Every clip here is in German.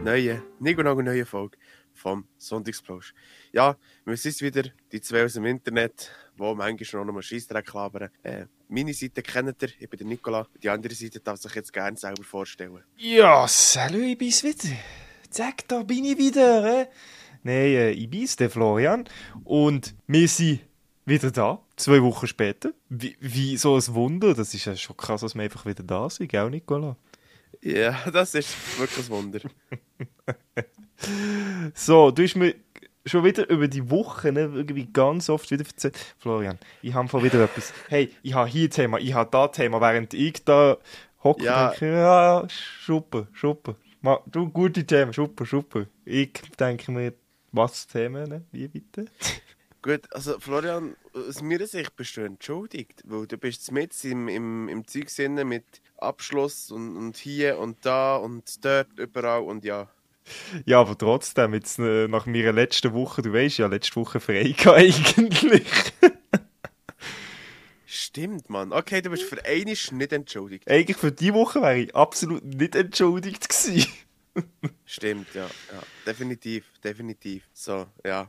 neue Folge vom Sonntagsplausch. Ja, wir sind wieder, die zwei aus dem Internet, die manchmal noch Scheissdreck labern. Meine Seite kennt ihr, ich bin der Nicola. Die andere Seite darf sich jetzt gerne selber vorstellen. Ja, salut, ich bin's wieder. Zack, da bin ich wieder. Nein, ich bin's, der Florian. Und wir sind wieder da, 2 Wochen später. Wie so ein Wunder. Das ist ja schon krass, dass wir einfach wieder da sind, gell, Nicola? Ja, das ist wirklich ein Wunder. So, du hast mir schon wieder über die Woche irgendwie ganz oft wieder erzählt. Florian, ich habe wieder etwas. Hey, ich habe hier ein Thema, ich habe da ein Thema. Während ich da hocke, Ja. denke ich, ja, super. Du, gute Themen, super. Ich denke mir, was Themen, ne? Wie bitte? Gut, also Florian, aus meiner Sicht bist du entschuldigt, weil du bist mit im Zeugsinne mit Abschluss und hier und da und dort, überall und ja. Ja, aber trotzdem, jetzt nach meiner letzten Woche, du weißt ja, letzte Woche frei gehabt eigentlich. Stimmt, Mann. Okay, du bist für einmal nicht entschuldigt. Eigentlich für die Woche wäre ich absolut nicht entschuldigt gewesen. Stimmt, ja. Definitiv. So, ja.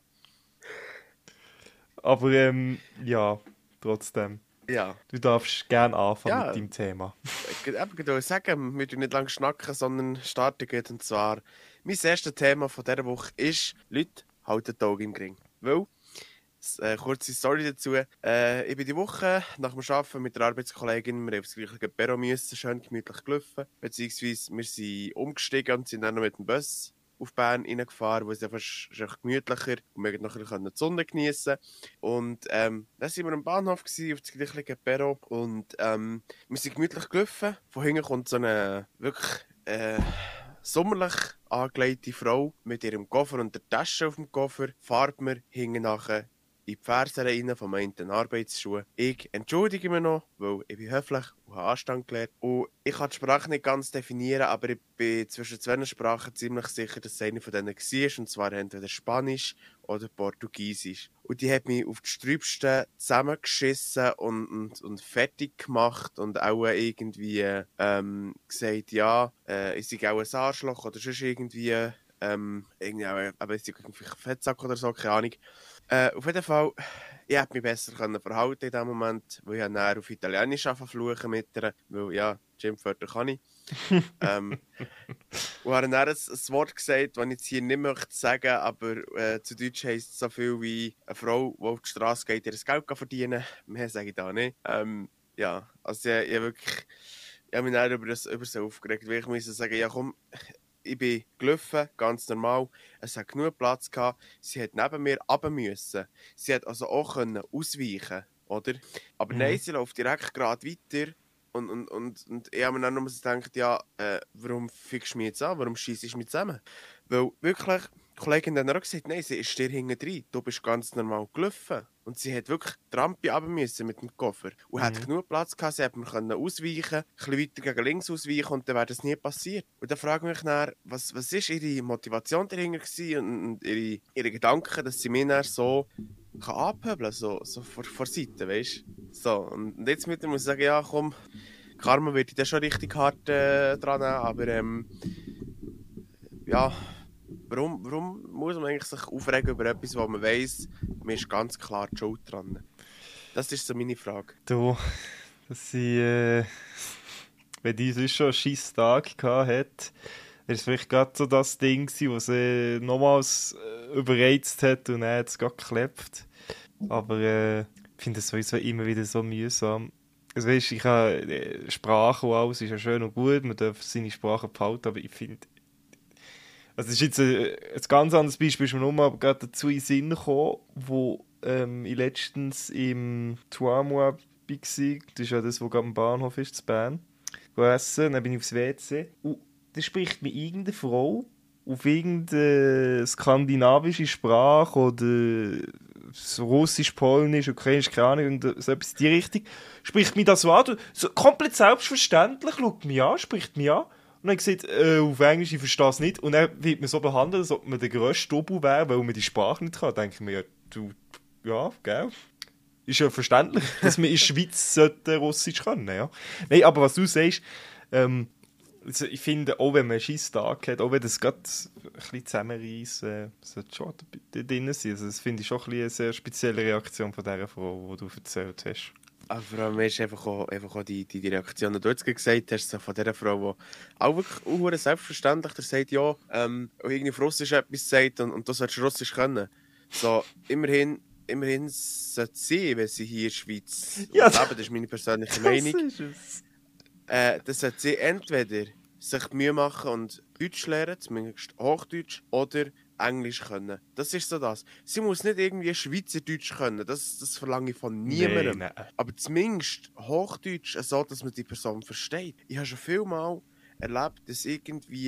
Aber ja, trotzdem. Ja. Du darfst gerne anfangen Ja. mit deinem Thema. Ich wollte sagen, wir tun nicht lange schnacken, sondern starten geht. Und zwar, mein erstes Thema von dieser Woche ist, Leute, halten die Augen im Ring. Weil, kurze Story dazu, ich bin die Woche nach dem Arbeiten mit der Arbeitskollegin, wir haben das gleiche Büro müssen, schön gemütlich gelaufen, beziehungsweise wir sind umgestiegen und sind dann noch mit dem Bus auf Bern reingefahren, wo es einfach ist recht gemütlicher und wir noch ein bisschen die Sonne geniessen. Und dann sind wir am Bahnhof gewesen, auf das gleiche Büro und wir sind gemütlich gelaufen. Von hinten kommt so eine wirklich sommerlich angelegte Frau mit ihrem Koffer und der Tasche auf dem Koffer, fährt mir hinten nachher in die Fersen rein von meinen Arbeitsschuhen. Ich entschuldige mich noch, weil ich bin höflich und habe Anstand gelernt. Und ich kann die Sprache nicht ganz definieren, aber ich bin zwischen zwei Sprachen ziemlich sicher, dass es eine von denen war, und zwar entweder Spanisch oder Portugiesisch. Und die hat mich auf die Sträubsten zusammengeschissen und fertig gemacht und auch irgendwie gesagt, ja, ich sei auch ein Arschloch oder sonst irgendwie, aber ich sei irgendwie ein Fettsack oder so, keine Ahnung. Auf jeden Fall, ich hätte mich besser verhalten in dem Moment, weil ich dann auf Italienisch fluchen mit ihr, weil ja, Schimpfwörter kann ich. Und habe dann ein Wort gesagt, das ich jetzt hier nicht möchte sagen, aber zu Deutsch heisst es so viel wie eine Frau, die auf die Straße geht, ihr Geld verdienen. Mehr sage ich da nicht. Ja, also ich habe mich dann über das aufgeregt, weil ich musste sagen, ja komm, ich bin gelaufen, ganz normal. Es hat genug Platz gehabt. Sie hat neben mir runter müssen. Sie hat also auch ausweichen, oder? Aber nein, sie läuft direkt gerade weiter. Und ich habe mir dann nur gedacht, ja, warum fickst du mich jetzt an? Warum scheissest du mich zusammen? Weil wirklich, die Kollegin hat dann auch gesagt, nein, sie ist dir hinten drin. Du bist ganz normal gelaufen. Und sie hat wirklich die Rampe runter müssen mit dem Koffer. Und hat genug Platz gehabt, sie hat mir ausweichen, ein bisschen weiter gegen links ausweichen und dann wäre das nie passiert. Und dann frage ich mich dann, was ist ihre Motivation dahinter gewesen und ihre Gedanken, dass sie mich dann so anpöbeln kann, so vor Seite, weißt du? So, und jetzt muss ich sagen, ja komm, Karma wird ich dann schon richtig hart dran nehmen, aber ja, warum muss man eigentlich sich aufregen über etwas, wo man weiss, mir ist ganz klar die Schuld dran? Das ist so meine Frage. Du, dass sie, wenn die sonst schon einen scheiß Tag gehabt hat, ist es vielleicht gerade so das Ding gewesen, was sie nochmals überreizt hat und dann hat es gerade geklappt. Aber ich finde es sowieso immer wieder so mühsam. Also weißt, ich habe Sprache und alles ist ja schön und gut, man darf seine Sprache behalten, aber ich finde, also das ist jetzt ein ganz anderes Beispiel, ist mir nur mal gerade dazu in den Sinn gekommen, wo ich letztens im Tuamois war, das ist ja das, wo gerade am Bahnhof ist, in Bern, essen, dann bin ich aufs WC und da spricht mir irgendeine Frau auf irgendeine skandinavische Sprache oder so Russisch, Polnisch, Ukrainisch, keine Ahnung, so etwas in die Richtung, spricht mich das so an, so komplett selbstverständlich, schaut mich an, spricht mich an. Und dann gesagt, auf Englisch, ich verstehe es nicht. Und dann wird man so behandelt, als ob man der grösste Double wäre, weil man die Sprache nicht kann. Da denke ich mir, ja, du, ja, gell. Ist ja verständlich, dass man in der Schweiz Russisch können, ja. Nein, aber was du sagst, Also ich finde, auch wenn man einen Scheisstag hat, auch wenn das gerade ein bisschen zusammenreißt, sollte schon da drin sein. Also das finde ich schon eine sehr spezielle Reaktion von dieser Frau, die du erzählt hast. Aber vor allem ist einfach auch die Reaktion, die du jetzt gesagt hast, so von dieser Frau, die auch wirklich auch selbstverständlich der sagt, ja, irgendwie auf Russisch etwas sagt und du sollst Russisch können. So, immerhin sollte sie, wenn sie hier in der Schweiz Ja, leben, das ist meine persönliche Meinung, ist es. dann sollte sie entweder sich die Mühe machen und Deutsch lernen, zumindest Hochdeutsch, oder Englisch können. Das ist so das. Sie muss nicht irgendwie Schweizerdeutsch können, das verlange ich von niemandem. Nein. Aber zumindest Hochdeutsch, so dass man die Person versteht. Ich habe schon viel Mal erlebt, dass irgendwie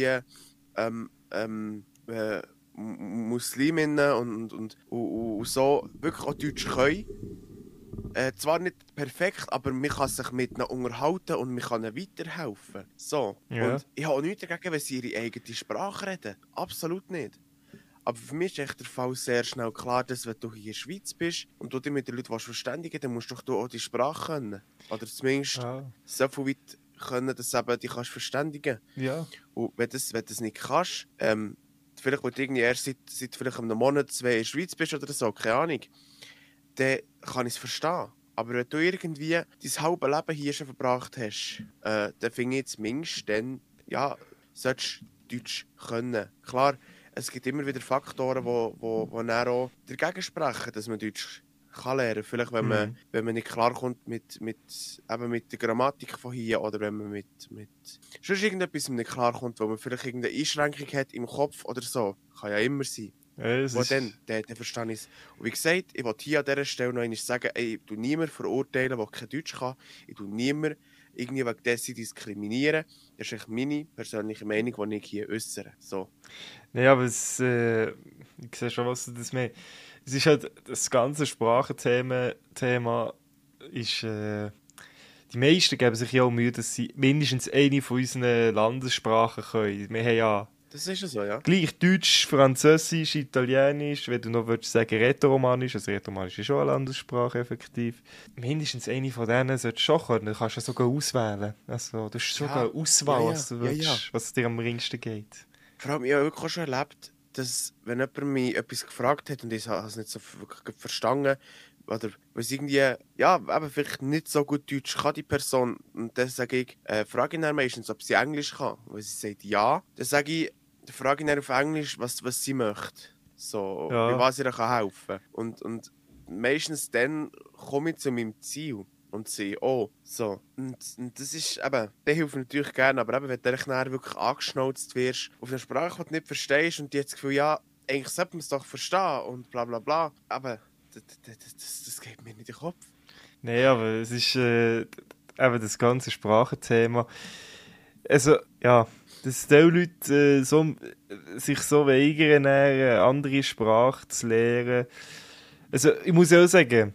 Musliminnen und so wirklich auch Deutsch können. Zwar nicht perfekt, aber man kann sich mit ihnen unterhalten und man kann ihnen weiterhelfen. So. Ja. Und ich habe auch nichts dagegen, wenn sie ihre eigene Sprache reden. Absolut nicht. Aber für mich ist echt der Fall sehr schnell klar, dass wenn du hier in der Schweiz bist und du dich mit den Leuten verständigen willst, dann musst doch du auch die Sprache können. Oder zumindest so viel weit können, dass du eben dich kannst verständigen. Ja. Und wenn du das nicht kannst, vielleicht, weil du irgendwie erst seit vielleicht einem Monat, 2 in der Schweiz bist oder so, keine Ahnung, dann kann ich es verstehen. Aber wenn du irgendwie dein halbe Leben hier schon verbracht hast, dann finde ich zumindest, dann, ja, solltest du Deutsch können. Klar, es gibt immer wieder Faktoren, die dann auch dagegen sprechen, dass man Deutsch kann lernen. Vielleicht, wenn man nicht klarkommt mit der Grammatik von hier oder wenn man mit sonst irgendetwas nicht klarkommt, wo man vielleicht irgendeine Einschränkung hat im Kopf oder so. Kann ja immer sein. Dann verstehe ich es. Und wie gesagt, ich will hier an dieser Stelle noch einmal sagen, ich tue niemanden verurteilen, der kein Deutsch kann. Ich tue niemanden irgendwie wegen dessen diskriminieren. Das ist eigentlich meine persönliche Meinung, die ich hier äußere. So. Nein, aber ich sehe schon, was du das meinst. Es ist halt, das ganze Sprachenthema ist, die meisten geben sich ja auch Mühe, dass sie mindestens eine von unseren Landessprachen können. Wir haben ja das ist ja so, ja. Gleich Deutsch, Französisch, Italienisch, wenn du noch würdest sagen Rätoromanisch, also Rätoromanisch ist schon eine Landessprache effektiv. Mindestens eine von denen solltest du schon können, du kannst ja sogar auswählen. Also, du hast sogar eine Auswahl, was du willst, was dir am ringsten geht. Vor allem, ich habe wirklich auch schon erlebt, dass, wenn jemand mich etwas gefragt hat und ich habe es nicht so wirklich verstanden, oder weil es irgendwie, ja, eben vielleicht nicht so gut Deutsch kann, die Person, und dann sage ich, frage ich dann meistens, ob sie Englisch kann. Und wenn sie sagt ja, dann sage ich, frage ich dann auf Englisch, was sie möchte. So, wie was ihr kann helfen. Und meistens dann komme ich zu meinem Ziel und sehe, oh, so. Und das ist eben, der hilft natürlich gerne, aber eben, wenn du dann wirklich angeschnauzt wirst, auf eine Sprache, die du nicht verstehst und die jetzt das Gefühl, ja, eigentlich sollte man es doch verstehen und bla bla bla, aber das geht mir nicht in den Kopf. Nein, aber es ist eben das ganze Sprachenthema. Also, ja, dass die Leute sich so weigern, eine andere Sprache zu lernen. Also, ich muss ja auch sagen,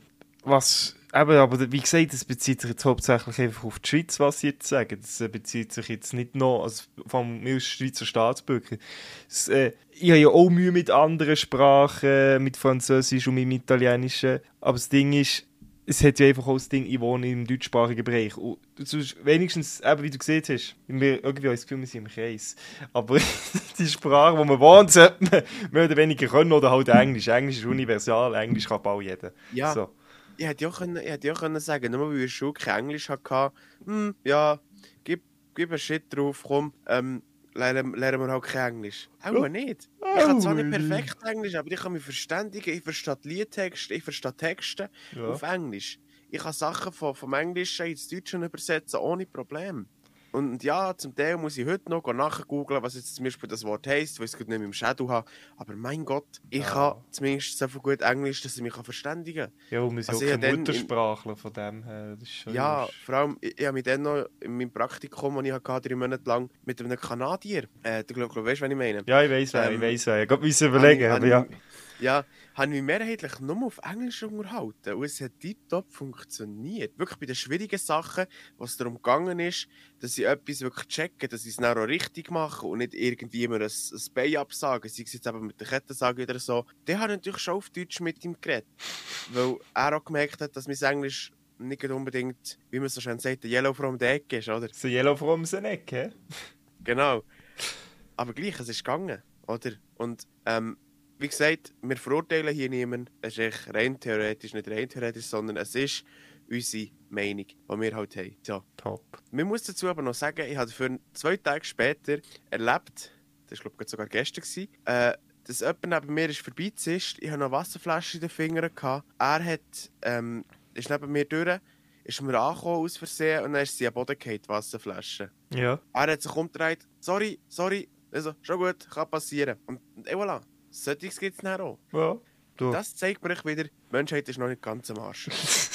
aber wie gesagt, das bezieht sich jetzt hauptsächlich einfach auf die Schweiz, was sie jetzt sagen. Das bezieht sich jetzt nicht noch, also von mir als Schweizer Staatsbürger. Ich habe ja auch Mühe mit anderen Sprachen, mit Französisch und mit dem Italienischen. Aber das Ding ist, es hat ja einfach auch das Ding, ich wohne im deutschsprachigen Bereich. Und wenigstens, eben, wie du gesehen hast, irgendwie habe ich das Gefühl, wir sind im Kreis. Aber die Sprache, wo man wohnt, sollte man mehr oder weniger können oder halt Englisch. Englisch ist universal, Englisch kann bald jeder. Ja, so. Ich hätte ja auch können sagen, nur weil ich in der Schule kein Englisch hatte, ja, gib einen Shit drauf, komm, lernen wir halt kein Englisch. Auch nicht. Ich kann zwar nicht perfekt Englisch, aber ich kann mich verständigen, ich verstehe Liedtexte, ich verstehe Texte auf Englisch. Ich kann Sachen vom Englischen ins Deutsche übersetzen, ohne Problem. Und ja, zum Teil muss ich heute noch nachgoogeln, was jetzt zum Beispiel das Wort heisst, weil ich es gerade nicht mehr im Schädel habe. Aber mein Gott, ich habe zumindest so viel gut Englisch, dass ich mich verständigen kann. Ja, und wir sind auch kein Muttersprachler von dem her. Das ist schon vor allem, ich habe mich dann noch in meinem Praktikum, das ich hatte, 3 Monate lang, mit einem Kanadier, du weißt, was ich meine? Ja, ich weiss, ich weiss. Ich musste überlegen, aber ja. Ja, haben wir mehrheitlich nur auf Englisch unterhalten und es hat tiptop funktioniert. Wirklich bei den schwierigen Sachen, was darum gegangen ist, dass ich etwas wirklich checke, dass ich es dann auch richtig mache und nicht irgendwie immer ein Bein absagen, sei es jetzt eben mit der Kettensage oder so. Der hat natürlich schon auf Deutsch mit ihm geredet, weil er auch gemerkt hat, dass mein Englisch nicht unbedingt, wie man so schön sagt, der Yellow from the Egg ist, oder? So Yellow from the Egg, hä? Genau. Aber gleich, es ist gegangen, oder? Und wie gesagt, wir verurteilen hier niemanden. Es ist echt rein theoretisch, nicht rein theoretisch, sondern es ist unsere Meinung, die wir halt haben. So. Top. Man muss dazu aber noch sagen, ich habe für 2 Tage später erlebt, das war glaube ich sogar gestern, dass jemand neben mir ist vorbeizischt. Ich hatte noch eine Wasserflasche in den Fingern. Er ist neben mir durch, ist mir angekommen aus Versehen und dann ist sie am Boden gefallen, die Wasserflasche. Ja. Er hat sich umgedreht, sorry. Also, schon gut, kann passieren. Und voilà, solches gibt es dann auch. Ja. Du. Das zeigt mir wieder, die Menschheit ist noch nicht ganz am Arsch.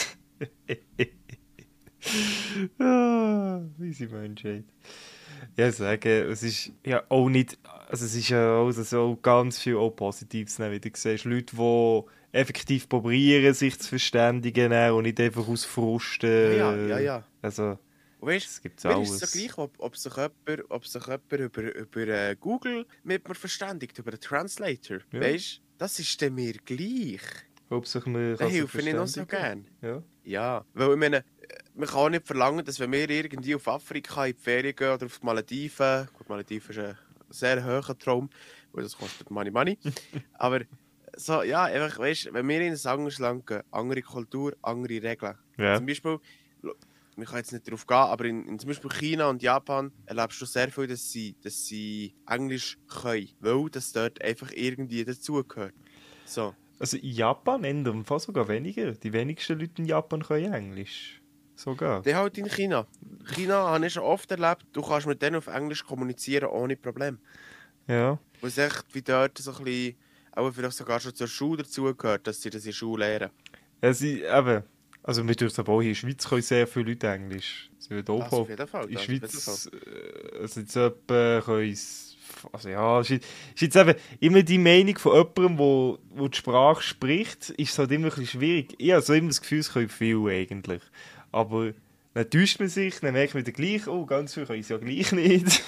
Unsere Menschheit. Ja, sagen, es ist ja auch nicht, also es ist ja auch so ganz viel auch Positives, wie du siehst. Leute, die effektiv probieren, sich zu verständigen und nicht einfach aus Frust. Ja. Also, Weißt, es gibt mir alles. ist es so gleich, ob sich jemand über Google mit mir verständigt, über einen Translator. Ja. Weißt, das ist dann mir gleich. Hauptsache, man Da kann sich helfe ich noch so verständigen. gern. Ja. Ja, weil ich meine, man kann auch nicht verlangen, dass wenn wir irgendwie auf Afrika in die Ferien gehen oder auf die Malediven, gut, Malediven ist ein sehr hoher Traum, weil das kostet Money. Aber so, ja, einfach, weißt, wenn wir in ein anderes Land gehen, andere Kultur, andere Regeln. Ja. Zum Beispiel, wir können jetzt nicht darauf gehen, aber in zum Beispiel China und Japan erlebst du sehr viel, dass sie Englisch können, weil das dort einfach irgendwie dazugehört. So. Also in Japan ändern fast sogar weniger. Die wenigsten Leute in Japan können Englisch. Sogar. Der halt in China. China habe ich schon oft erlebt, du kannst mit denen auf Englisch kommunizieren ohne Problem. Ja. Weil es echt wie dort so ein bisschen, auch vielleicht sogar schon zur Schule dazugehört, dass sie das in der Schule lernen. Ja, also wir dürfen aber auch hier in der Schweiz können sehr viele Leute Englisch. Sie wird auch Das auf jeden Fall. in der das auf jeden Schweiz, also jetzt etwa können also ja, ist jetzt eben immer die Meinung von jemandem, der die Sprache spricht, ist es halt immer ein bisschen schwierig. Ich habe so immer das Gefühl, es können viele eigentlich. Aber dann täuscht man sich, dann merkt man wieder gleich, oh, ganz viel können sie ja gleich nicht.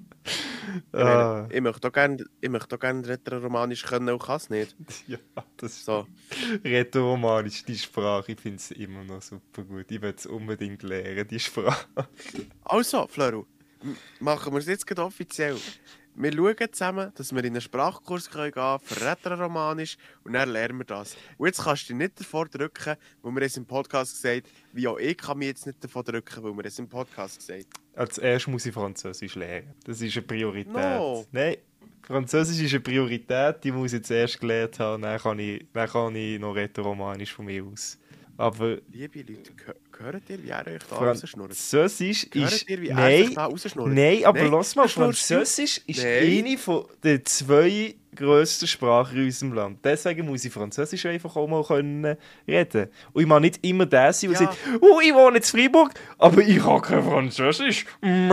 Ich möchte auch gerne Rätoromanisch können, auch kann es nicht. Ja, das ist So. Rätoromanisch, die Sprache, ich finde es immer noch super gut. Ich will es unbedingt lernen, die Sprache. Also, Flöru, machen wir es jetzt gerade offiziell. Wir schauen zusammen, dass wir in einen Sprachkurs gehen können für Rätoromanisch und dann lernen wir das. Und jetzt kannst du dich nicht davor drücken, weil wir es im Podcast gesagt haben, wie auch ich kann mich jetzt nicht davor drücken, weil wir es im Podcast gesagt haben. Als erstes muss ich Französisch lernen. Das ist eine Priorität. No. Nein, Französisch ist eine Priorität, die muss ich zuerst gelernt haben, dann kann ich noch Rätoromanisch von mir aus. Aber Liebe Leute, hört ihr, wie er euch da rausschnurrt? Französisch ist... Hört ihr, wie er sich da rausschnurrt? Nein, aber lass mal, das schnurrst du. Französisch ist eine von den 2 grössten Sprachen in unserem Land. Deswegen muss ich Französisch einfach auch mal können reden. Und ich mag nicht immer der sein, der sagt, oh, ich wohne in Freiburg, aber ich kann kein Französisch.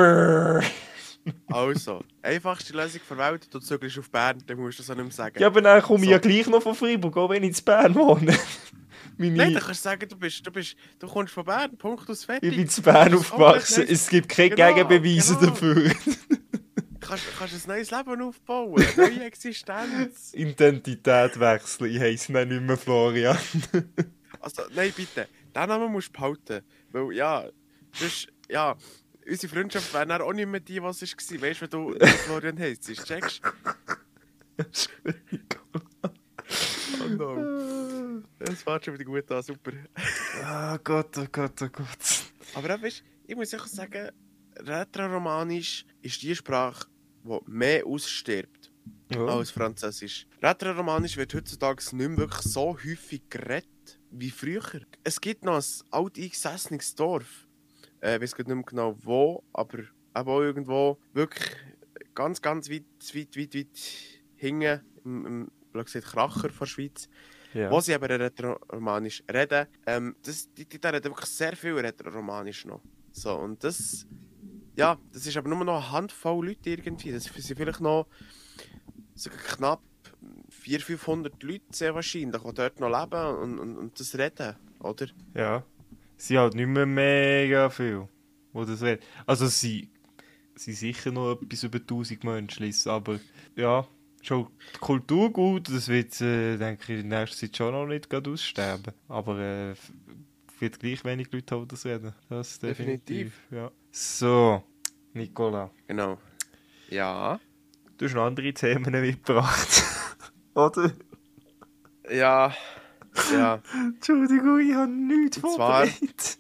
Also, einfachste Lösung der Welt, du zügelst auf Bern, dann musst du das auch nicht mehr sagen. Ja, aber dann komme ich ja gleich noch von Freiburg, auch wenn ich in Bern wohne. Nein, dann kannst du sagen, du kommst von Bern, Punkt aus, fertig. Ich bin in Bern aufgewachsen, es gibt keine Gegenbeweise dafür. Kannst ein neues Leben aufbauen, eine neue Existenz. Identität wechseln, ich heisse dann nicht mehr Florian. Also, nein, bitte, diesen Namen musst du behalten. Weil, ja, sonst, ja, unsere Freundschaft wäre dann auch nicht mehr die, was es war. Weißt du, wenn du Florian heisst, checkst du? Oh no. Das fährt schon wieder gut an, super. Oh Gott, oh Gott, oh Gott. Aber weißt, ich muss auch sagen, Rätoromanisch ist die Sprache, die mehr ausstirbt als Französisch. Rätoromanisch wird heutzutage nicht mehr wirklich so häufig geredet wie früher. Es gibt noch ein alteingesessenes Dorf. Ich weiß nicht mehr genau wo, aber auch irgendwo wirklich ganz weit hinten im Kracher von der Schweiz. Ja. Wo sie eben Rätoromanisch reden. Die reden wirklich sehr viel Rätoromanisch noch. So, und das ist aber nur noch eine Handvoll Leute irgendwie. Das sind vielleicht noch so knapp 400-500 Leute sehr wahrscheinlich, die dort noch leben und das reden, oder? Ja. Es sind halt nicht mehr mega viel, die das reden. Also es sind sicher noch etwas über 1000 Menschen, aber ja, schon die Kultur gut, das wird, denke ich, in nächster Zeit schon noch nicht gerade aussterben. Aber wird gleich wenig Leute haben, das reden. Das definitiv. Ja. So, Nicola. Genau. Ja. Du hast noch andere Themen mitgebracht. Oder? Ja. Ja. Entschuldigung, ich habe nichts Und zwar... vorbereitet.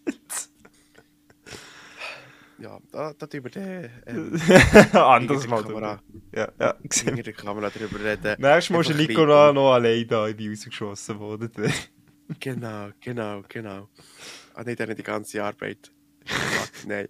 Ja, da tun wir dann Anders hinter der mal Kamera, drüber. Ja. hinter der Kamera drüber reden. Nächstes Mal ist Einfach ein Nicola noch allein da in die rausgeschossen worden. Genau. Ah, nicht die ganze Arbeit. Fuck, nein.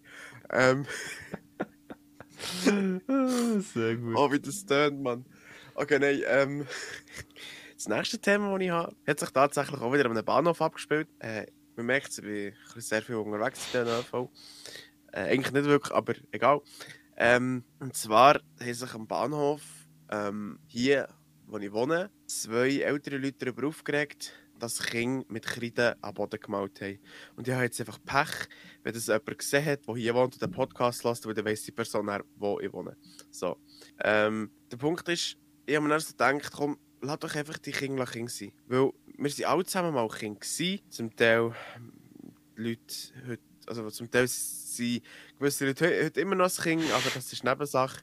Sehr gut. Oh, wie das tönt, Mann. Okay, nein, das nächste Thema, das ich habe, hat sich tatsächlich auch wieder an einem Bahnhof abgespielt. Man merkt, ich bin sehr viel unterwegs in der ÖV. Eigentlich nicht wirklich, aber egal. Und zwar haben sich am Bahnhof hier, wo ich wohne, 2 ältere Leute darüber aufgeregt, dass Kinder mit Kreide am Boden gemalt haben. Und ich habe jetzt einfach Pech, wenn das jemand gesehen hat, der hier wohnt und den Podcast hört, weil dann weiss die Person dann, wo ich wohne. So. Der Punkt ist, ich habe mir dann so gedacht, komm, lass doch einfach die Kinder Kinder sein. Weil wir sind alle zusammen mal Kinder gewesen. Zum Teil Leute heute, also zum Teil sind gewisse Leute heute immer noch ein Kind, aber das ist Nebensache.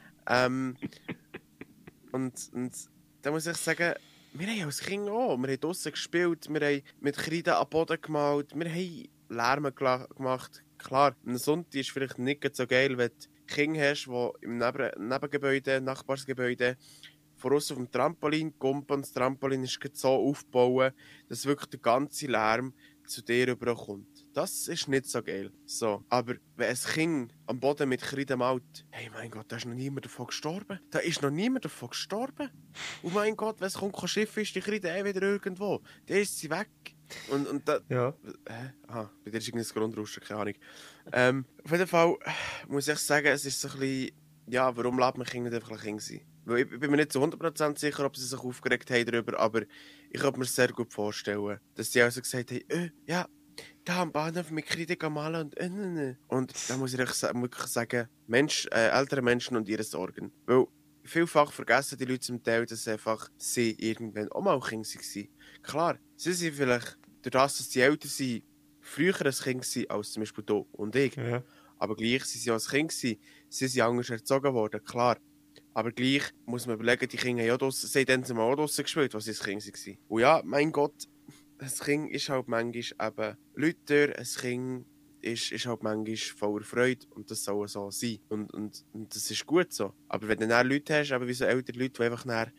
Und da muss ich sagen, wir haben als Kind auch, wir haben draussen gespielt, wir haben mit Kreide am Boden gemalt, wir haben Lärm gemacht. Klar, am Sonntag ist vielleicht nicht so geil, wenn du Kinder hast, die im Nebengebäude, Nachbarsgebäude, voraus auf dem Trampolin kumpen und das Trampolin ist so aufgebaut, dass wirklich der ganze Lärm zu dir rüberkommt. Das ist nicht so geil. So. Aber wenn ein Kind am Boden mit Kreide malt, hey mein Gott, da ist noch niemand davon gestorben. Da ist noch niemand davon gestorben. Und mein Gott, wenn es kommt, kein Schiff ist, die Kreide wieder irgendwo. Dann ist sie weg. Und da... Ja. Aha, bei dir ist irgendein Grundrauschen, keine Ahnung. Auf jeden Fall muss ich sagen, es ist so ein bisschen... Ja, warum lässt man Kinder nicht einfach ein Kind sein? Weil ich bin mir nicht zu 100% sicher, ob sie sich aufgeregt haben darüber, aber ich kann mir sehr gut vorstellen, dass sie also gesagt haben, ja, da am Bahnhof mit Kreide malen und Und da muss ich wirklich sagen, ältere Menschen und ihre Sorgen. Weil vielfach vergessen die Leute zum Teil, dass einfach sie irgendwann auch mal Kinder waren. Klar, sie sind vielleicht, durch das, dass sie älter sind, früher ein Kind gewesen, als zum Beispiel du und ich. Ja. Aber gleich sind sie auch als Kind gewesen. Sie sind anders erzogen worden, klar. Aber gleich muss man überlegen, die Kinder haben sie haben dann mal auch draussen gespielt, als sie ein Kind waren. Und ja, mein Gott, ein Kind ist halt manchmal eben lauter, ein Kind ist halt manchmal voller Freude und das soll so sein. Und das ist gut so. Aber wenn du dann Leute hast, eben wie so ältere Leute, die einfach dann,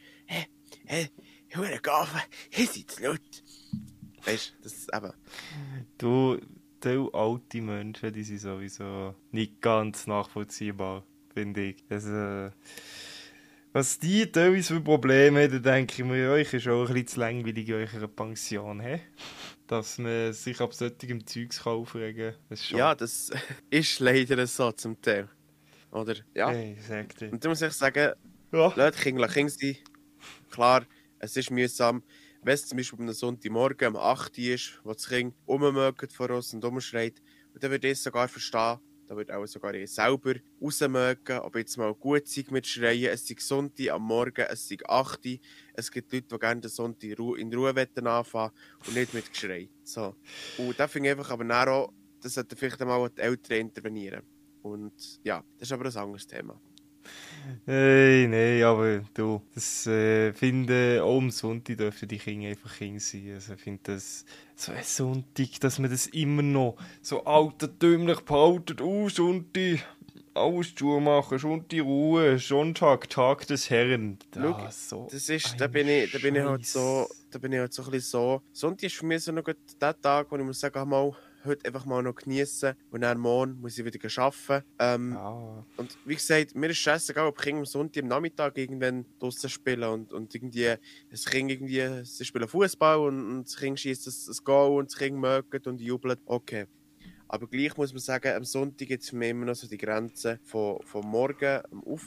Hure Gabe, hier sind die Leute. Weißt du, das ist eben... Die alte Menschen, die sind sowieso nicht ganz nachvollziehbar, finde ich. Also, was die teilweise für Probleme haben, dann denke ich mir, euch ist auch ein bisschen zu langweilig in eurer Pension, he? Dass man sich ab solchem Zeugs aufregen kann. Das ist schon... Ja, das ist leider so zum Teil. Oder? Ja. Hey, sag dir. Und da muss ich sagen, Ja. Leute, Kinder sein. Klar, es ist mühsam. Wenn es zum Beispiel am Sonntagmorgen um 8 Uhr ist, wo das Kind rummögt vor uns und rumschreit, und dann würde ich es sogar verstehen, da würde auch sogar ich selber rausmögen, ob jetzt mal gut sei mit Schreien. Es sei Sonntag am Morgen, es sei 8 Uhr. Es gibt Leute, die gerne den Sonntag in Ruhe anfangen und nicht mit Geschrei. So. Und da finde ich einfach aber dann auch, das sollten vielleicht einmal die Eltern intervenieren. Und ja, das ist aber ein anderes Thema. Hey, nein, aber du, das finde auch am Sonntag dürfen die Kinder einfach Kinder sein. Also ich finde das so ein Sonntag, dass man das immer noch so altertümlich behaltet. Sonntag, alles zu machen, Sonntag Ruhe, Sonntag, Tag des Herrn. Schau, So das ist, ein da bin ich halt Scheiß. so, ein bisschen so. Sonntag ist für mich so noch gut der Tag, wo ich muss sagen, mal, heute einfach mal noch genießen und dann morgen muss ich wieder arbeiten. Ja. Und wie gesagt, mir ist scheißegal, ob Kinder am Sonntag am Nachmittag irgendwann draussen spielen und irgendwie, das Kind irgendwie, sie spielen Fußball und das Kind schießt ein Goal und das Kind mögt und jubelt. Okay. Aber gleich muss man sagen, am Sonntag gibt es für mich immer noch so die Grenze von Morgen,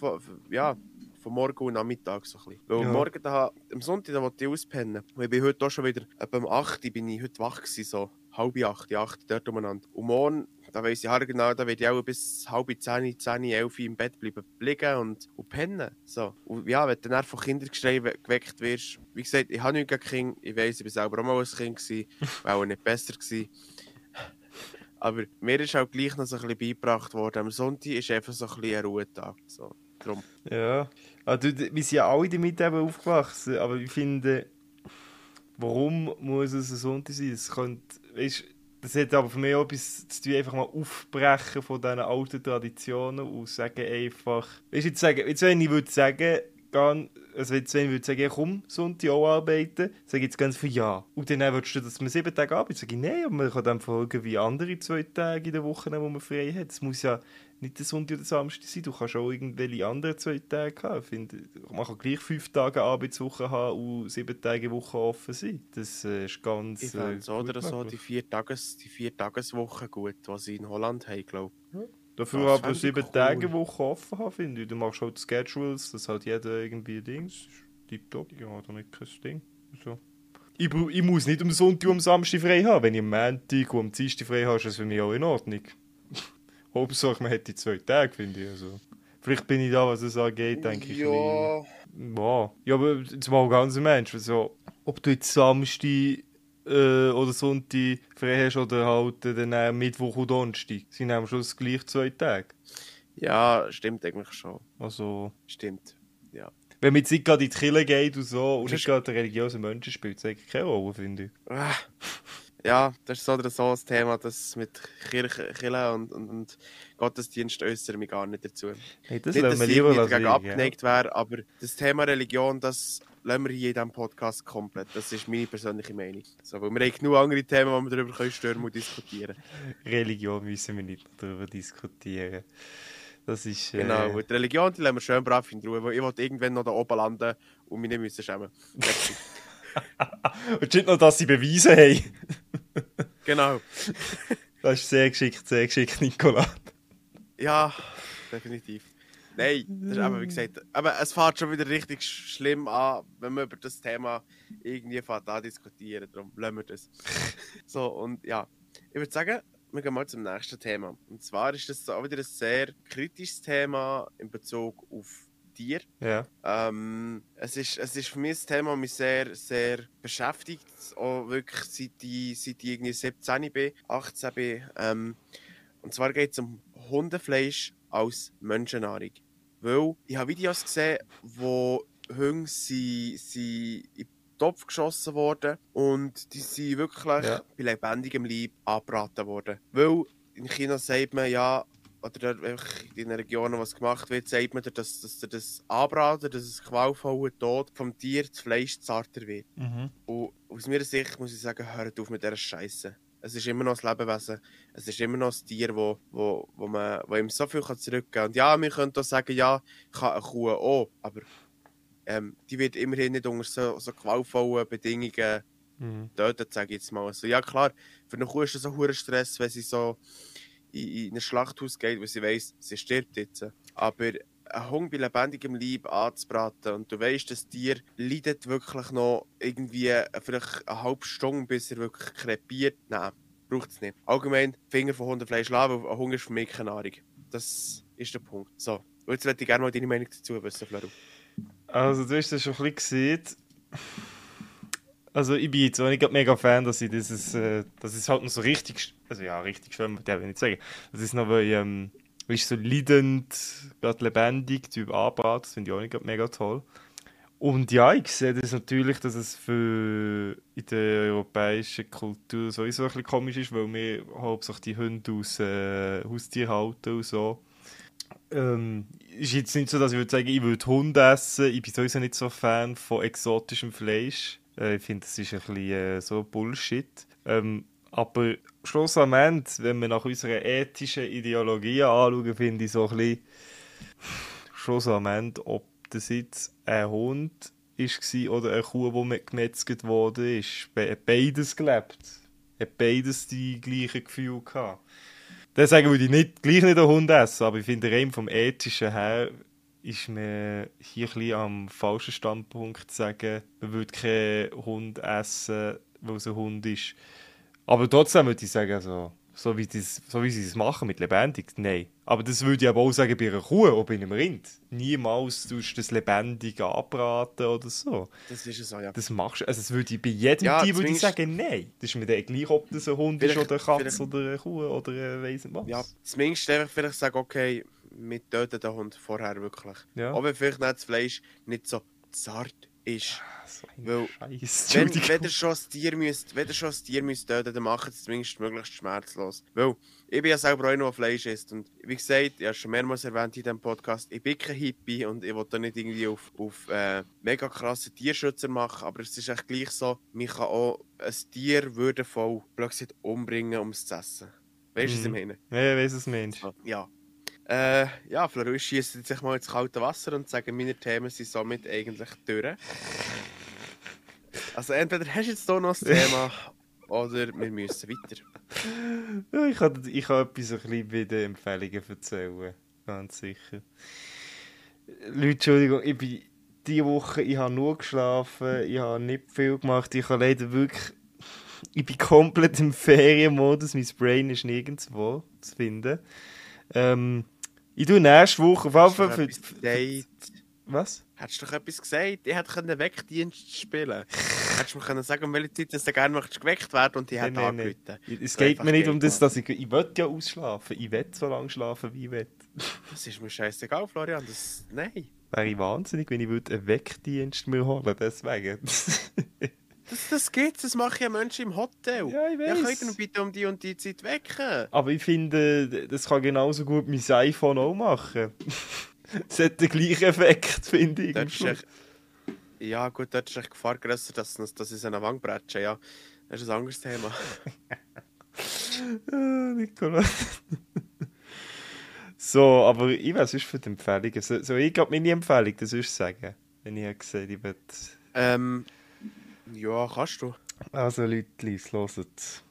von Morgen und Nachmittag so ein bisschen. Weil Ja. morgen am Sonntag, da wollte ich auspennen. Und ich bin heute auch schon wieder, etwa um 8 Uhr bin ich heute wach gewesen, so 7:30, dort umeinander. Und morgen, da weiss ich genau, da werde ich auch bis 9:30, 10, 11 im Bett liegen und pennen. So. Und ja, wenn du dann von Kindergeschrei geweckt wirst, wie gesagt, ich habe nichts gegen Kinder, ich weiss, ich war selber auch mal ein Kind gewesen, war auch nicht besser gewesen. Aber mir ist auch gleich noch so ein bisschen beigebracht worden, am Sonntag ist einfach so ein bisschen ein Ruhetag. So. Drum. Ja. Also, wir sind ja alle damit eben aufgewachsen, aber ich finde, warum muss es ein Sonntag sein? Das hat aber für mich auch etwas zu tun, einfach mal aufbrechen von diesen alten Traditionen und sagen einfach, jetzt wenn ich würde sagen, wenn ich würde sagen, ja, komm, Sonntag auch arbeiten, sage ich jetzt ganz viel ja. Und dann würdest du, dass man 7 Tage arbeitet, sage ich nein, aber man kann dann irgendwie andere 2 Tage in der Woche nehmen, wo man frei hat. Es muss ja nicht der Sonntag oder Samstag sein, du kannst auch irgendwelche anderen 2 Tage haben. Ich finde, man kann gleich 5 Tage Arbeitswoche haben und 7 Tage Woche offen sein. Das ist ganz Ich fände so oder so möglich. die 4-Tages-Woche gut, die sie in Holland haben, glaube ich. Dafür Das aber fände ich 7 cool. Tage Woche offen haben, finde ich. Du machst halt Schedules, dass halt jeder irgendwie Dings. Tipptopp, ja, da nicht kein Ding. So. Ich muss nicht am Sonntag und am Samstag frei haben. Wenn ich am Montag und am Dienstag frei habe, ist das für mich auch in Ordnung. Hauptsache, man hat die 2 Tage, finde ich. Also. Vielleicht bin ich da, was es angeht, denke ich. Ja. Ja, aber jetzt mal ganz im Mensch. Also, ob du jetzt Samstag oder Sonntag frei hast oder halt dann Mittwoch und Donnerstag, sind am Schluss gleich 2 Tage. Ja, stimmt eigentlich schon. Also, Stimmt, ja. wenn man jetzt nicht gerade in die Kirche geht und so und Das nicht ist- gerade religiöse Menschen spielt, das eigentlich keine Rolle, finde ich. Ja, das ist so oder so das Thema, das mit Kirche und Gottesdienst äußere mich gar nicht dazu. Hey, das Nicht, lassen dass wir ich lieber irgendwie dagegen liegen, abgeneigt wäre, aber das Thema Religion, das lassen wir hier in diesem Podcast komplett. Das ist meine persönliche Meinung. So, weil wir haben genug andere Themen, wo wir darüber stürmen und diskutieren können. Religion müssen wir nicht darüber diskutieren. Das ist... Genau, und die Religion, die lassen wir schön brav in Ruhe, weil ich will irgendwann noch da oben landen und mich nicht müssen schämen. Merci. Und nicht noch, dass sie Beweise haben. Genau. Das ist sehr geschickt, Nicola. Ja, definitiv. Nein, das ist eben, wie gesagt, aber es fängt schon wieder richtig schlimm an, wenn wir über das Thema irgendwie an diskutieren. Darum lassen wir das. So, und ja, ich würde sagen, wir gehen mal zum nächsten Thema. Und zwar ist das auch wieder ein sehr kritisches Thema in Bezug auf Tiere. Ja. Es ist für mich ein Thema, das mich sehr, sehr beschäftigt. Auch wirklich seit ich irgendwie 17 bin, 18 bin. Und zwar geht es um Hundefleisch als Menschennahrung. Weil ich habe Videos gesehen, wo Hunde in den Topf geschossen wurden und die sind wirklich bei lebendigem Leib angebraten worden. Weil in China sagt man ja, oder in den Regionen, was gemacht wird, sagt man, dass das Anbraten, dass das qualvolle Tod vom Tier, das Fleisch zarter wird. Mhm. Und aus meiner Sicht muss ich sagen, hört auf mit dieser Scheiße. Es ist immer noch ein Lebewesen, es ist immer noch ein Tier, wo ihm so viel zurückgeben kann. Und ja, wir können auch sagen, ja, kann eine Kuh auch, aber die wird immerhin nicht unter so qualvollen Bedingungen tötet, sage ich jetzt mal. Also, ja klar, für eine Kuh ist das so ein Stress, wenn sie so in ein Schlachthaus geht, weil sie weiss, sie stirbt jetzt. Aber ein Hund bei lebendigem Leib anzubraten und du weißt, das Tier leidet wirklich noch irgendwie vielleicht eine halbe Stunde, bis er wirklich krepiert. Nein, braucht es nicht. Allgemein Finger von Hundefleisch lassen, weil ein Hund ist für mich keine Nahrung. Das ist der Punkt. So, und jetzt möchte ich gerne mal deine Meinung dazu wissen, Flaru. Also du hast das schon ein bisschen gesehen. Also ich bin jetzt auch nicht mega Fan, dass ich das ist halt noch so richtig, also ja, richtig schön, der will ich nicht sagen. Das ist noch, weil ist so leidend, gerade lebendig, Typ anbraten, das finde ich auch nicht mega toll. Und ja, ich sehe das natürlich, dass es in der europäischen Kultur sowieso ein bisschen komisch ist, weil wir hauptsächlich die Hunde aus Haustier halten und so. Ist jetzt nicht so, dass ich würde sagen, ich würde Hund essen. Ich bin sowieso nicht so Fan von exotischem Fleisch. Ich finde, das ist ein bisschen so Bullshit. Aber schlussendlich, wenn wir nach unserer ethischen Ideologie anschauen, finde ich so ein bisschen schlussendlich, ob das jetzt ein Hund war oder eine Kuh, die gemetzelt wurde, hat beides gelebt. Hat beides die gleichen Gefühle gehabt. Dann sagen würde ich gleich nicht einen Hund essen, aber ich finde, rein vom Ethischen her ist mir hier ein bisschen am falschen Standpunkt zu sagen, man würde keinen Hund essen, weil es ein Hund ist. Aber trotzdem würde ich sagen, so wie sie es machen mit lebendig, nein. Aber das würde ich aber auch sagen bei einer Kuh oder bei einem Rind. Niemals tust du das lebendig anbraten oder so. Das ist es so, ja. Das machst du, also das würde ich bei jedem Ja, Tier würde ich sagen, nein. Das ist mir dann gleich, ob das ein Hund ist oder eine Katze oder eine Kuh oder weiss nicht was. Ja, zumindest einfach vielleicht sagen, okay, mit töten den Hund vorher wirklich. Ja. Auch wenn vielleicht nicht das Fleisch nicht so zart ist. So ein Weil, Scheiß. wenn ihr schon ein Tier müsst töten, dann macht es zumindest möglichst schmerzlos. Weil ich bin ja selber auch noch Fleisch isst. Und wie gesagt, ich habe schon mehrmals erwähnt in diesem Podcast, ich bin kein Hippie und ich will da nicht irgendwie auf mega krasse Tierschützer machen, aber es ist echt gleich so, man kann auch ein Tier würdevoll plötzlich umbringen, um es zu essen. Weißt du, was ich meine? Ja, ich weiss, was du meinst. So, ja. Ja, Florian schießt sich mal ins kalte Wasser und sagen, meine Themen sind somit eigentlich durch. Also entweder hast du jetzt hier noch das Thema oder wir müssen weiter. Ja, ich kann etwas ein bisschen bei den Empfehlungen erzählen. Ganz sicher. Leute, Entschuldigung, diese Woche, ich habe nur geschlafen, ich habe nicht viel gemacht, ich habe leider wirklich... Ich bin komplett im Ferienmodus, mein Brain ist nirgendwo zu finden. Ich tue nächste Woche auf jeden Fall... Was? Hättest du doch etwas gesagt? Ich hätte Wegdienst spielen. Hättest du mir können sagen, um welche Zeit dass du gerne möchtest geweckt werden und ich hätte angerufen. Es geht mir nicht um das, dass ich will ja ausschlafen. Ich will so lange schlafen, wie ich will. Das ist mir scheißegal, Florian. Nein. Wäre ich wahnsinnig, wenn ich einen Wegdienst mir holen, deswegen. Das geht's, das mache ja Menschen im Hotel. Ja, ich weiss. Ja, könnt ihr bitte um die und die Zeit wecken. Aber ich finde, das kann genauso gut mein iPhone auch machen. Das hat den gleichen Effekt, finde ich. Ja gut, dort ist echt Gefahr grösser, dass es eine Wange bretscht. Ja, das ist ein anderes Thema. Nicola. So, aber ich weiß, was ist für die Empfehlungen? So ich glaube meine Empfehlung, das würdest du sagen, wenn ich gesagt ich will... Ja, kannst du. Also Leute, hört.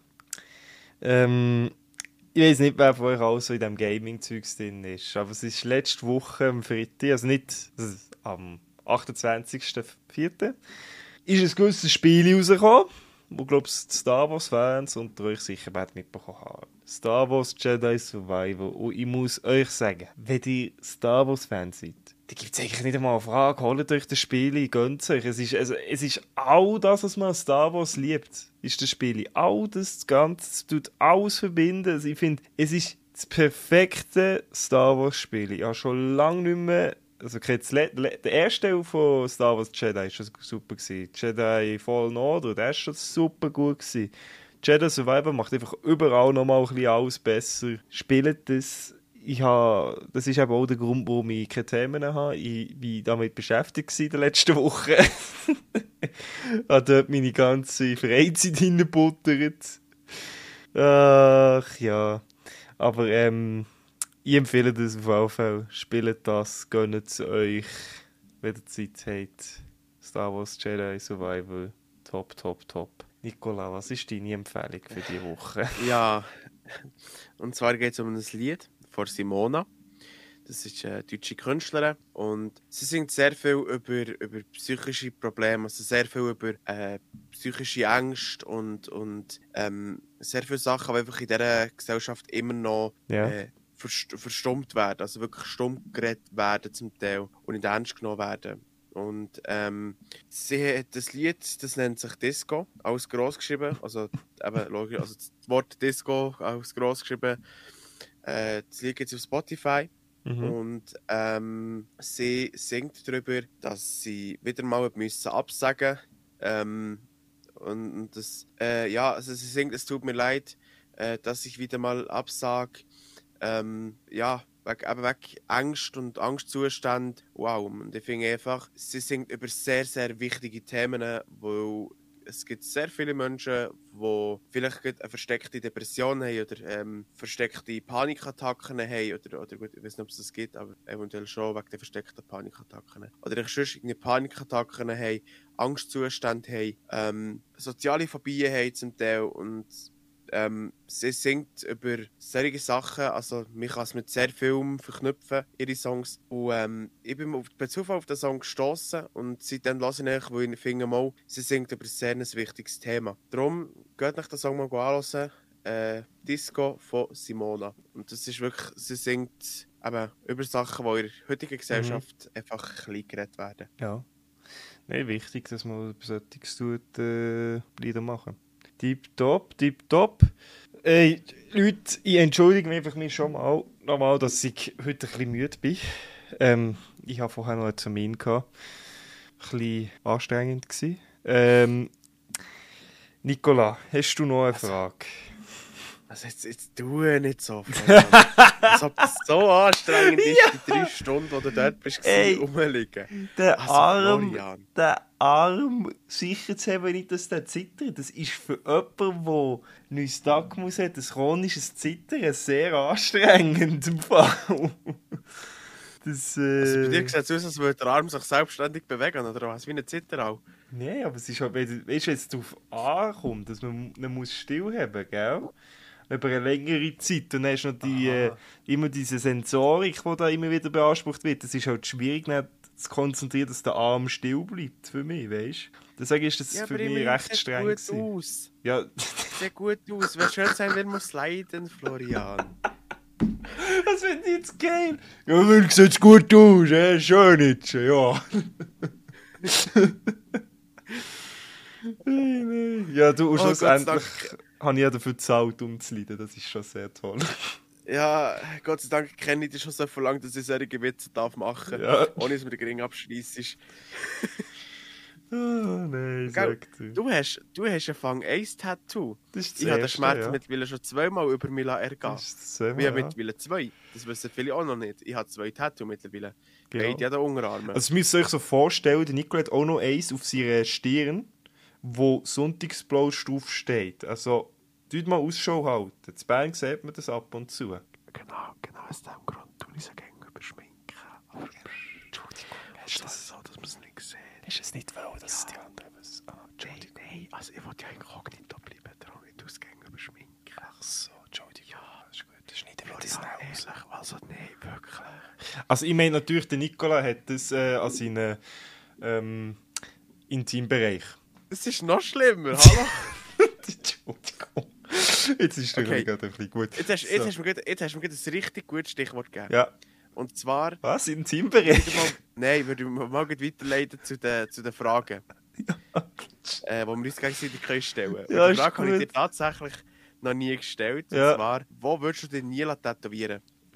Ich weiß nicht, wer von euch auch so in diesem Gaming-Zeugs drin ist, aber es ist letzte Woche am Freitag, also am 28.04. ist ein gewisses Spiel rausgekommen, wo, glaube ich, die Star Wars-Fans unter euch sicher mitbekommen haben. Star Wars Jedi Survivor. Und ich muss euch sagen, wenn ihr Star Wars-Fans seid, da gibt es eigentlich nicht einmal eine Frage. Holt euch das Spiel, gönnt euch. Es ist all das, was man an Star Wars liebt, ist das Spiel. All das Ganze, es tut alles verbinden. Also ich finde, es ist das perfekte Star Wars-Spiel. Ich habe schon lange nicht mehr... Also der erste Teil von Star Wars Jedi war schon super. Jedi Fallen Order, der war schon super gut. Jedi Survivor macht einfach überall nochmal ein bisschen alles besser. Spielt das. Das ist eben auch der Grund, warum ich keine Themen habe. Ich war damit beschäftigt in den letzten Wochen. Ich habe dort meine ganze Freizeit hineingebuttert. Ach ja. Aber ich empfehle das auf jeden Fall. Spielt das, gönnt es euch, wenn ihr Zeit habt. Star Wars Jedi Survival. Top, top, top. Nicola, was ist deine Empfehlung für diese Woche? Ja, und zwar geht es um ein Lied von Simona. Das ist eine deutsche Künstlerin und sie singt sehr viel über psychische Probleme, also sehr viel über psychische Ängste und sehr viele Sachen, die einfach in dieser Gesellschaft immer noch verstummt werden, also wirklich stumm geredet werden zum Teil und nicht ernst genommen werden. Und sie hat das Lied, das nennt sich Disco, alles gross geschrieben, also eben logisch, also das Wort Disco alles gross geschrieben. Das Lied gibt es auf Spotify. Und sie singt darüber, dass sie wieder mal absagen musste. Und das, also sie singt, es tut mir leid, dass ich wieder mal absage. Wegen Angst und Angstzustand. Wow, und ich finde einfach, sie singt über sehr, sehr wichtige Themen, weil es gibt sehr viele Menschen, die vielleicht eine versteckte Depression haben oder versteckte Panikattacken haben. Oder gut, ich weiß nicht, ob es das gibt, aber eventuell schon wegen der versteckten Panikattacken. Oder sonst irgendeine Panikattacken haben, Angstzustände haben, soziale Phobien haben zum Teil. Und sie singt über solche Sachen, also man kann es mit sehr Film verknüpfen, ihre Songs. Und ich bin per Zufall auf den Song gestossen und seitdem höre ich ihn, weil ich finde mal, sie singt über ein sehr wichtiges Thema. Darum geht euch den Song mal anhören. Disco von Simona. Und das ist wirklich, sie singt eben über Sachen, die in der heutigen Gesellschaft einfach klein geredet werden. Ja. Nein, wichtig, dass man etwas solches Lieder machen. Tipptopp, tipptopp. Ey, Leute, ich entschuldige mich einfach schon mal, nochmal, dass ich heute ein bisschen müde bin. Ich hatte vorher noch einen Termin gehabt. Ein bisschen anstrengend gewesen. Nicola, hast du noch eine Frage? Also jetzt tu nicht so, Florian. Als ob das so anstrengend ist, die 3 Stunden, wo du dort bist, rumliegen. Der Florian. Arm sicher zu haben, nicht, dass der zittert. Das ist für jemanden, der Nystagmus hat, ein chronisches Zittern, sehr anstrengend im Fall. Das, Also bei dir sieht es aus, als würde der Arm sich selbstständig bewegen, oder was? Wie ein Zitterau. Nein, aber es ist halt, weißt du, wenn es darauf ankommt, dass man ihn muss stillhaben, gell? Über eine längere Zeit. Und dann hast du noch immer diese Sensorik, die da immer wieder beansprucht wird. Das ist halt schwierig, nicht zu konzentrieren, dass der Arm still bleibt für mich, weißt du? Deswegen ist das für mich recht streng. Sieht gut aus. Ja. Sieht gut aus. Wäre schön sein, wenn wir es leiden, Florian. Das finde ich jetzt geil. Ja, dann sieht es gut aus, schön jetzt, ja. Ja, du, und schlussendlich habe ich ja dafür gezahlt, um zu leiden. Das ist schon sehr toll. Ja, Gott sei Dank kenne ich dich schon so verlangt, dass ich solche Witze machen darf, ohne dass mir der Gring abschliessest. Oh nein, sag du. Du hast ein Fang 1 Tattoo. Ich habe den Schmerz mittlerweile schon 2-mal über mich ergehen. Wir haben mittlerweile 2. Das wissen viele auch noch nicht. Ich habe 2 Tattoos mittlerweile. Genau. Beide an den Unterarmen. Also, ihr müsst euch so vorstellen, der Nico hat auch noch eins auf seiner Stirn, wo Sonntagsblaus drauf steht. Also, tut mal Ausschau halten. In Bern sieht man das ab und zu. Genau aus dem Grund tue ich so gerne überschminken. Aber Entschuldigung, ist das so, dass man es nicht sieht? Ist es nicht wahr, dass die anderen was... Entschuldigung. Nein, also ich wollte ja inkognito bleiben, darum nicht ausgehen überschminken. Ach so, Entschuldigung. Ja, das ist gut. Das schneiden wir das ehrlich, also nein, wirklich. Also ich meine natürlich, der Nicola hat das an seinen Intimbereich. Das ist noch schlimmer, hallo? Entschuldigung. Jetzt ist der gerade ein bisschen gut. Jetzt hast du mir gerade ein richtig gutes Stichwort gegeben. Ja. Und zwar... Was? Intimbereich? Nein, würde ich mal weiterleiten zu den Fragen. Ja. Die wir uns gegenseitig stellen können. Ja, die Frage habe ich dir tatsächlich noch nie gestellt. Ja. Und zwar, wo würdest du dich nie tätowieren?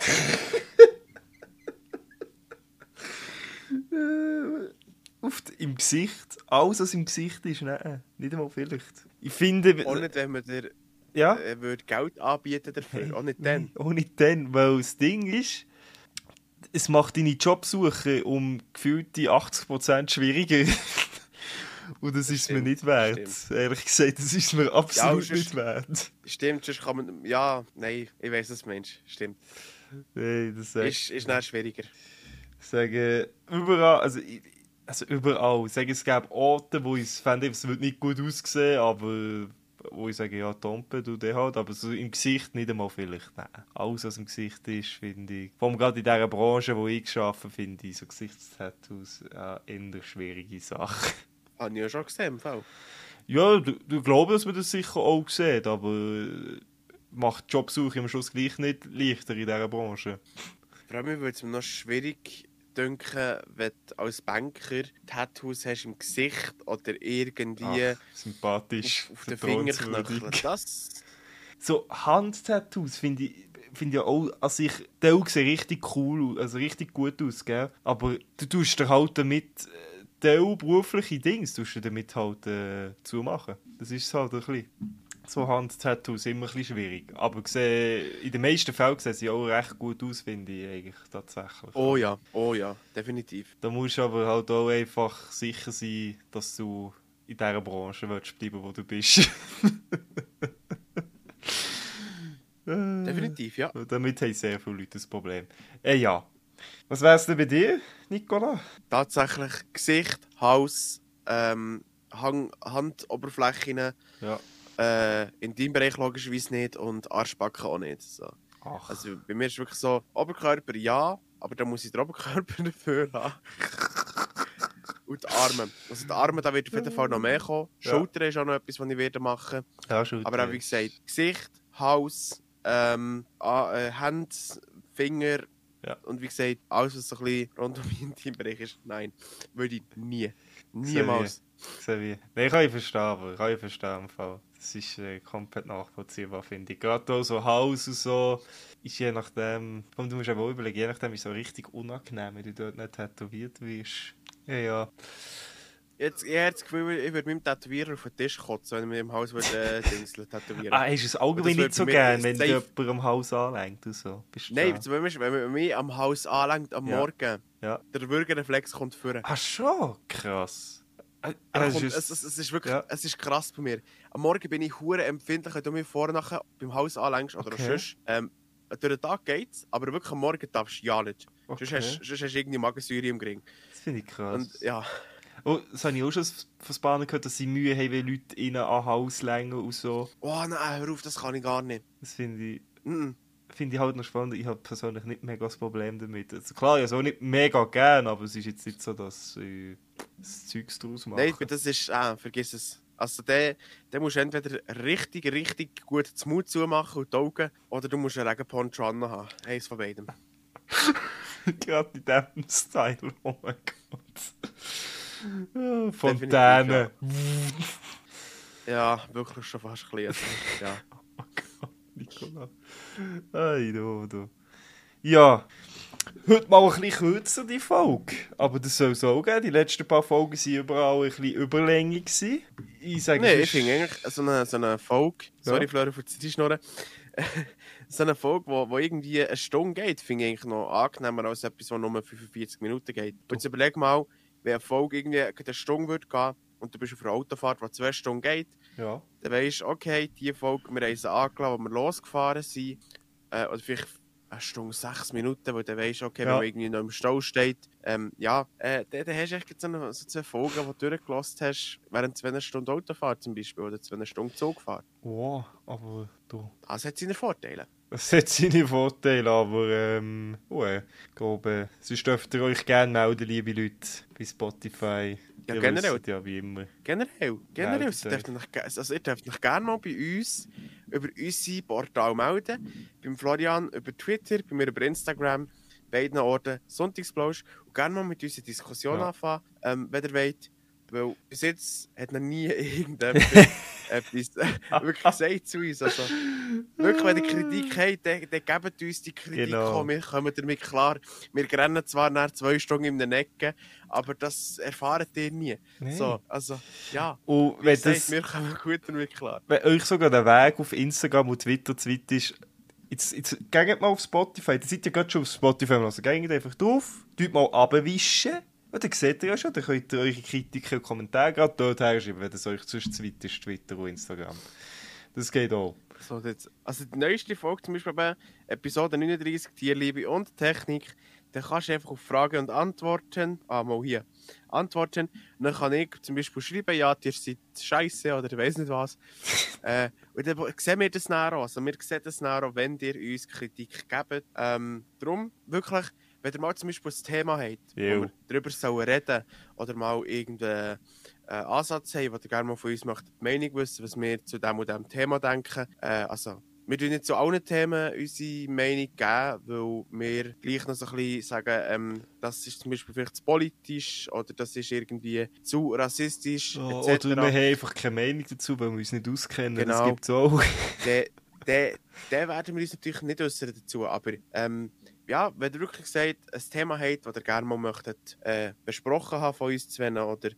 Im Gesicht. Alles, was im Gesicht ist, nein. Nicht einmal vielleicht. Ich finde... Auch nicht, wenn man dir würde Geld anbieten dafür. Hey, auch nicht dann. Nee, auch nicht dann, weil das Ding ist, es macht deine Jobsuche um gefühlte 80% schwieriger. Und das ist mir nicht wert. Stimmt. Ehrlich gesagt, das ist mir absolut nicht wert. Stimmt, sonst kann man... Ja, nein, ich weiss es, Mensch. Stimmt. Nee, das ist dann schwieriger. Ich sage, überall... Also überall. Ich sage, es gäbe Orte, wo ich fände, es würde nicht gut aussehen, aber... Wo ich sage, ja, Tompe, du den halt, aber so im Gesicht nicht einmal vielleicht. Nein. Alles, was im Gesicht ist, finde ich. Vor allem gerade in dieser Branche, wo ich arbeite, finde ich so Gesichtstattoos eher schwierige Sache. Habe ich ja schon gesehen im Fall. Ja, du glaubst, dass man das sicher auch sieht, aber macht die Jobsuche am Schluss gleich nicht leichter in dieser Branche. Vor allem würde es mir noch schwierig denken, wenn du als Banker Tattoos hast im Gesicht oder irgendwie sympathisch auf den Fingerknöcheln. Das... So Handtattoos finde ich auch an sich, die sehen richtig cool, also richtig gut aus, gell? Aber du tust dir halt damit berufliche Dinge tust du damit halt zumachen. Das ist halt ein bisschen. So Handtattoos immer ein bisschen schwierig. Aber in den meisten Fällen sehen sie auch recht gut aus, finde ich eigentlich tatsächlich. Oh ja, definitiv. Da musst du aber halt auch einfach sicher sein, dass du in dieser Branche willst bleiben, wo du bist. Definitiv, ja. Damit haben sehr viele Leute das Problem. Ja. Was wär's denn bei dir, Nicola? Tatsächlich Gesicht, Hals, Handoberflächen. Ja. In deinem Bereich logischerweise nicht und Arschbacken auch nicht. So. Also bei mir ist wirklich so, Oberkörper ja, aber dann muss ich den Oberkörper dafür haben. Und die Arme. Also die Arme, da wird auf jeden Fall noch mehr kommen. Ja. Schulter ist auch noch etwas, was ich machen werde. Ja, Schulter. Aber auch wie gesagt, Gesicht, Hals, Hände, Finger und wie gesagt, alles was so ein bisschen rund um meinen Teambereich ist, nein, würde ich nie. Niemals. Nein, kann ich verstehen, aber im Fall. Das ist komplett nachvollziehbar, finde ich. Gerade auch so Haus und so ist je nachdem, und du musst aber auch überlegen, je nachdem ist es so richtig unangenehm, wenn du dort nicht tätowiert wirst. Ja, ja. Jetzt, ich habe das Gefühl, ich würde meinem Tätowierer auf den Tisch kotzen, wenn er mir im Haus Dingsel tätowieren. Ah, hast du es allgemein nicht so gern, wenn dich jemand am Haus anlenkt und so? Nein, zum Beispiel, wenn man mich am Haus anlenkt am Morgen, ja. der Bürgerreflex kommt vor. Ach schon? Krass. Es ist wirklich, es ist krass bei mir. Am Morgen bin ich hure empfindlich, wenn du mich vorher beim Haus anlenkst oder sonst. Durch den Tag geht's, aber wirklich am Morgen darfst du ja nicht. Sonst hast du irgendwie Magensäure im Gring. Das finde ich krass. Und, ja. Oh, das habe ich auch schon von Bahnen gehört, dass sie Mühe haben, wenn Leute ihnen an Haus längen und so. Oh nein, hör auf, das kann ich gar nicht. Das finde ich halt noch spannend. Ich habe persönlich nicht mega das Problem damit. Also klar, ich habe es auch nicht mega gern, aber es ist jetzt nicht so, dass ich das Zeugs daraus mache. Nein, das ist, vergiss es. Also der musst du entweder richtig gut das Mund zumachen und die Augen, oder du musst einen Regenponcho haben. Eins von beidem. Gerade in diesem Style, oh mein Gott. Fontäne. Ja, wirklich schon fast ein bisschen. Ja. Oh Gott, Nicola. Hey, du. Ja, heute mal ein bisschen kürzer die Folge. Aber das soll so gehen. Die letzten paar Folgen waren überall ein bisschen überlängig. Ich finde eigentlich so eine Folge, sorry Flora für die Zeitschnurren, so eine Folge, wo irgendwie eine Stunde geht, finde ich eigentlich noch angenehmer als etwas, das nur 45 Minuten geht. Und jetzt überleg mal, wenn eine Folge irgendwie eine Stunde würde gehen und du bist auf einer Autofahrt, die 2 Stunden geht, dann weisst du, okay, die Folge, wir haben sie angelassen, wo wir losgefahren sind, oder vielleicht 1 Stunde 6 Minuten, wo du weisst, okay, wenn man irgendwie noch im Stau steht, dann hast du echt so 2 Folgen, die du durchgelassen hast, während 2 Stunden Autofahrt zum Beispiel, oder 2 Stunden Zugfahrt. Oh, aber du... Das hat seine Vorteile. Es hat seine Vorteile, aber ich glaube, sonst dürft ihr euch gerne melden, liebe Leute, bei Spotify. Ja, generell. Ja, wie immer. Generell. Ihr dürft euch gerne mal bei uns über unser Portal melden. Beim Florian über Twitter, bei mir über Instagram, beiden Orten Sonntagsplausch. Und gerne mal mit uns eine Diskussion anfangen, wenn ihr wollt. Weil bis jetzt hat noch nie irgendjemand etwas wirklich gesagt zu uns. Also, wirklich, wenn ihr Kritik habt, dann gebt uns die Kritik. Genau. Wir kommen damit klar. Wir rennen zwar nach 2 Stunden in den Ecken, aber das erfahrt ihr nie. Nee. So, also, ja. Und wenn wir kommen gut damit klar. Wenn euch sogar der Weg auf Instagram und Twitter zu weit ist, jetzt geht mal auf Spotify. Da seid ihr gerade schon auf Spotify. Also geht einfach drauf, tut mal runterwischen. Und dann seht ihr ja schon, dann könnt ihr eure Kritiken und Kommentare gerade dort herschreiben, wenn es euch sonst zu weit ist, Twitter und Instagram. Das geht auch. So, also die neueste Folge, zum Beispiel bei Episode 39, Tierliebe und Technik, dann kannst du einfach auf Fragen und Antworten, mal hier, antworten. Und dann kann ich zum Beispiel schreiben, ja, ihr seid scheiße oder ich weiss nicht was. Und dann sehen wir das nachher auch. Also wir sehen das nachher auch, wenn ihr uns Kritik gebt. Darum, wirklich, wenn ihr mal zum Beispiel ein Thema habt, wo wir darüber reden sollen, oder mal irgendeinen Ansatz haben, wo ihr gerne mal von uns möchtet, die Meinung wissen, was wir zu dem und dem Thema denken. Also, wir tun nicht zu allen Themen unsere Meinung geben, weil wir gleich noch so ein bisschen sagen, das ist zum Beispiel vielleicht zu politisch oder das ist irgendwie zu rassistisch, etc. Oder wir haben einfach keine Meinung dazu, weil wir uns nicht auskennen. Genau. Das gibt es auch. Dann werden wir uns natürlich nicht äußern dazu, aber ja, wenn ihr wirklich sagt, ein Thema habt, das ihr gerne mal möchtet, besprochen haben von uns zwei oder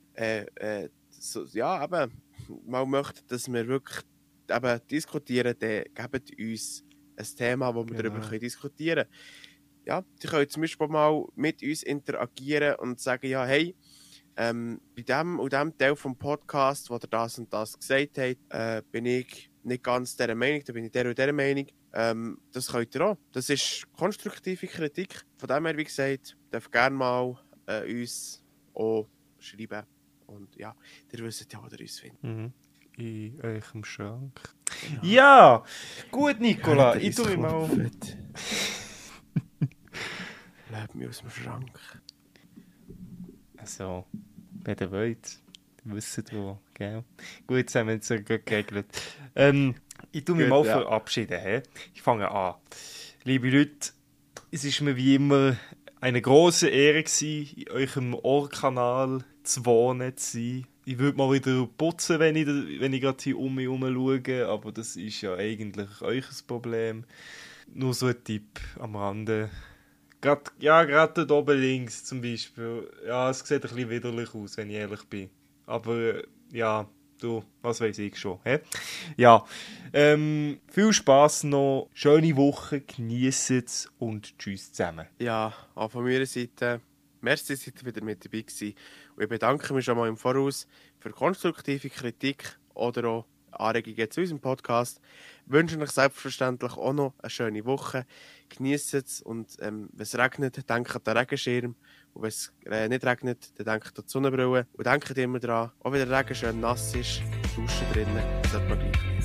mal möchtet, dass wir wirklich diskutieren, dann gebt uns ein Thema, wo wir darüber diskutieren können. Ja, ihr könnt zum Beispiel mal mit uns interagieren und sagen, ja, hey, bei dem und dem Teil vom Podcast, wo ihr das und das gesagt habt, bin ich nicht ganz dieser Meinung, da bin ich der und dieser Meinung. Das könnt ihr auch. Das ist konstruktive Kritik. Von dem her, wie gesagt, dürft gerne mal uns auch schreiben. Und ja, ihr wisst ja, wo ihr uns findet. Mhm. In eurem Schrank. Genau. Ja, gut, Nicola. Ich tue mich mal... Bleib mich aus dem Schrank. Also, wenn ihr wollt, wisst wo, gell? Gut, jetzt haben wir jetzt gut geregelt. Ich tue mich mal verabschieden. He? Ich fange an. Liebe Leute, es ist mir wie immer eine grosse Ehre gewesen, in eurem Ohrkanal zu wohnen, zu sein. ich würde mal wieder putzen, wenn ich gerade hier um mich herum schaue, aber das ist ja eigentlich euch ein Problem. Nur so ein Tipp am Rande. Gerade dort oben links zum Beispiel. Ja, es sieht ein bisschen widerlich aus, wenn ich ehrlich bin. Aber ja, du, was weiß ich schon. He? Ja, viel Spass noch, schöne Woche, genießt es und tschüss zusammen. Ja, auch von meiner Seite, merci, dass ihr wieder mit dabei gewesen. Und ich bedanke mich schon mal im Voraus für konstruktive Kritik oder auch Anregungen zu unserem Podcast. Ich wünsche euch selbstverständlich auch noch eine schöne Woche. Genießt es und wenn es regnet, denkt an den Regenschirm. Und wenn es nicht regnet, dann denkt an die Sonnenbrille. Und denkt immer daran, auch wenn der Regen schön nass ist, duschen drinnen, sollte man gleich.